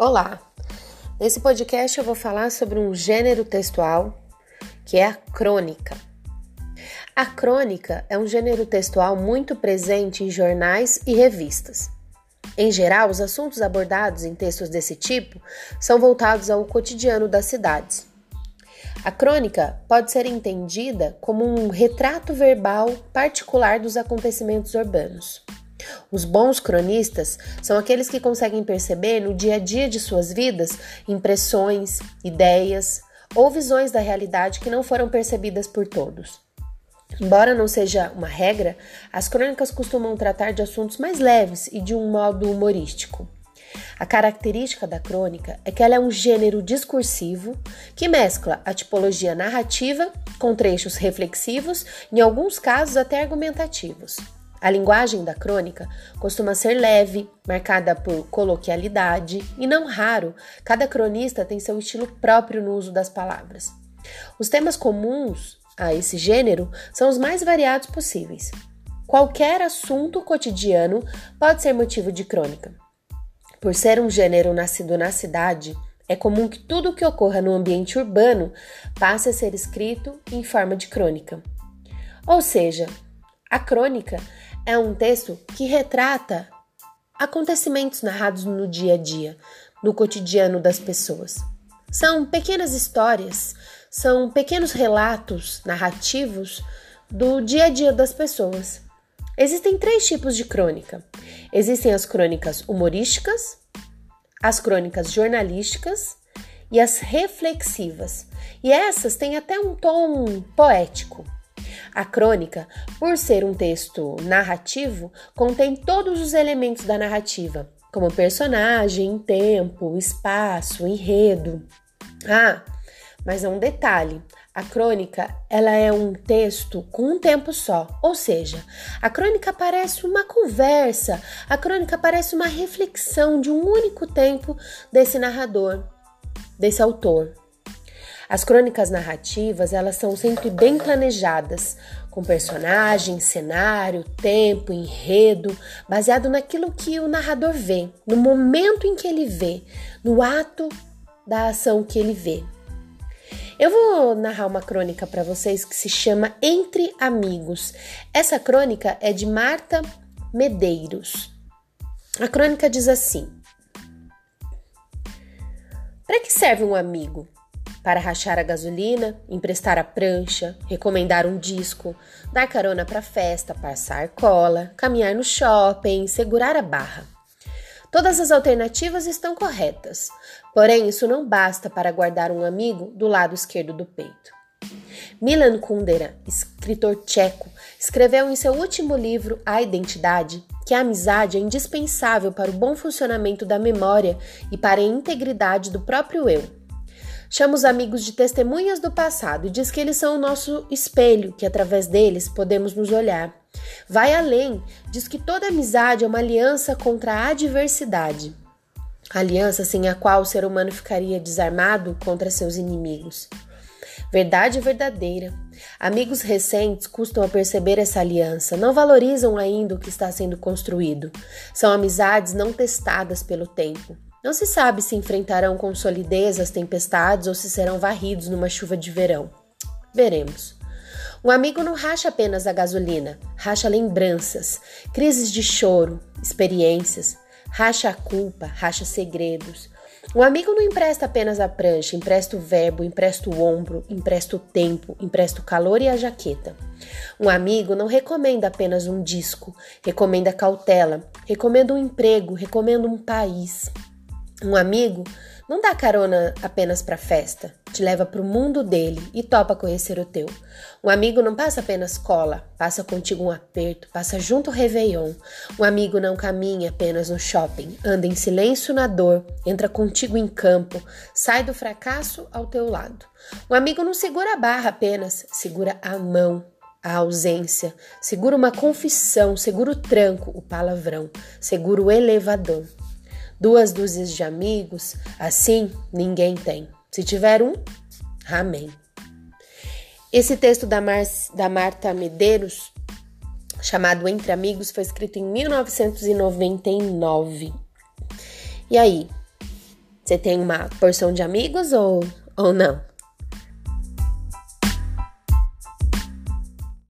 Olá! Nesse podcast eu vou falar sobre um gênero textual que é a crônica. A crônica é um gênero textual muito presente em jornais e revistas. Em geral, os assuntos abordados em textos desse tipo são voltados ao cotidiano das cidades. A crônica pode ser entendida como um retrato verbal particular dos acontecimentos urbanos. Os bons cronistas são aqueles que conseguem perceber no dia a dia de suas vidas impressões, ideias ou visões da realidade que não foram percebidas por todos. Embora não seja uma regra, as crônicas costumam tratar de assuntos mais leves e de um modo humorístico. A característica da crônica é que ela é um gênero discursivo que mescla a tipologia narrativa com trechos reflexivos, em alguns casos até argumentativos. A linguagem da crônica costuma ser leve, marcada por coloquialidade e, não raro, cada cronista tem seu estilo próprio no uso das palavras. Os temas comuns a esse gênero são os mais variados possíveis. Qualquer assunto cotidiano pode ser motivo de crônica. Por ser um gênero nascido na cidade, é comum que tudo o que ocorra no ambiente urbano passe a ser escrito em forma de crônica. Ou seja, a crônica é um texto que retrata acontecimentos narrados no dia a dia, no cotidiano das pessoas. São pequenas histórias, são pequenos relatos narrativos do dia a dia das pessoas. Existem 3 tipos de crônica. Existem as crônicas humorísticas, as crônicas jornalísticas e as reflexivas. E essas têm até um tom poético. A crônica, por ser um texto narrativo, contém todos os elementos da narrativa, como personagem, tempo, espaço, enredo. Mas é um detalhe, a crônica ela é um texto com um tempo só, ou seja, a crônica parece uma conversa, a crônica parece uma reflexão de um único tempo desse narrador, desse autor. As crônicas narrativas, elas são sempre bem planejadas, com personagem, cenário, tempo, enredo, baseado naquilo que o narrador vê, no momento em que ele vê, no ato da ação que ele vê. Eu vou narrar uma crônica para vocês que se chama Entre Amigos. Essa crônica é de Marta Medeiros. A crônica diz assim: para que serve um amigo? Para rachar a gasolina, emprestar a prancha, recomendar um disco, dar carona para festa, passar cola, caminhar no shopping, segurar a barra. Todas as alternativas estão corretas, porém isso não basta para guardar um amigo do lado esquerdo do peito. Milan Kundera, escritor tcheco, escreveu em seu último livro A Identidade que a amizade é indispensável para o bom funcionamento da memória e para a integridade do próprio eu. Chama os amigos de testemunhas do passado e diz que eles são o nosso espelho, que através deles podemos nos olhar. Vai além, diz que toda amizade é uma aliança contra a adversidade. Aliança sem a qual o ser humano ficaria desarmado contra seus inimigos. Verdade verdadeira. Amigos recentes custam a perceber essa aliança, não valorizam ainda o que está sendo construído. São amizades não testadas pelo tempo. Não se sabe se enfrentarão com solidez as tempestades ou se serão varridos numa chuva de verão. Veremos. Um amigo não racha apenas a gasolina, racha lembranças, crises de choro, experiências, racha a culpa, racha segredos. Um amigo não empresta apenas a prancha, empresta o verbo, empresta o ombro, empresta o tempo, empresta o calor e a jaqueta. Um amigo não recomenda apenas um disco, recomenda cautela, recomenda um emprego, recomenda um país. Um amigo não dá carona apenas para festa, te leva para o mundo dele e topa conhecer o teu. Um amigo não passa apenas cola, passa contigo um aperto, passa junto ao Réveillon. Um amigo não caminha apenas no shopping, anda em silêncio na dor, entra contigo em campo, sai do fracasso ao teu lado. Um amigo não segura a barra apenas, segura a mão, a ausência, segura uma confissão, segura o tranco, o palavrão, segura o elevador. 2 dúzias de amigos, assim ninguém tem. Se tiver um, amém. Esse texto da Marta Medeiros, chamado Entre Amigos, foi escrito em 1999. E aí, Você tem uma porção de amigos ou não?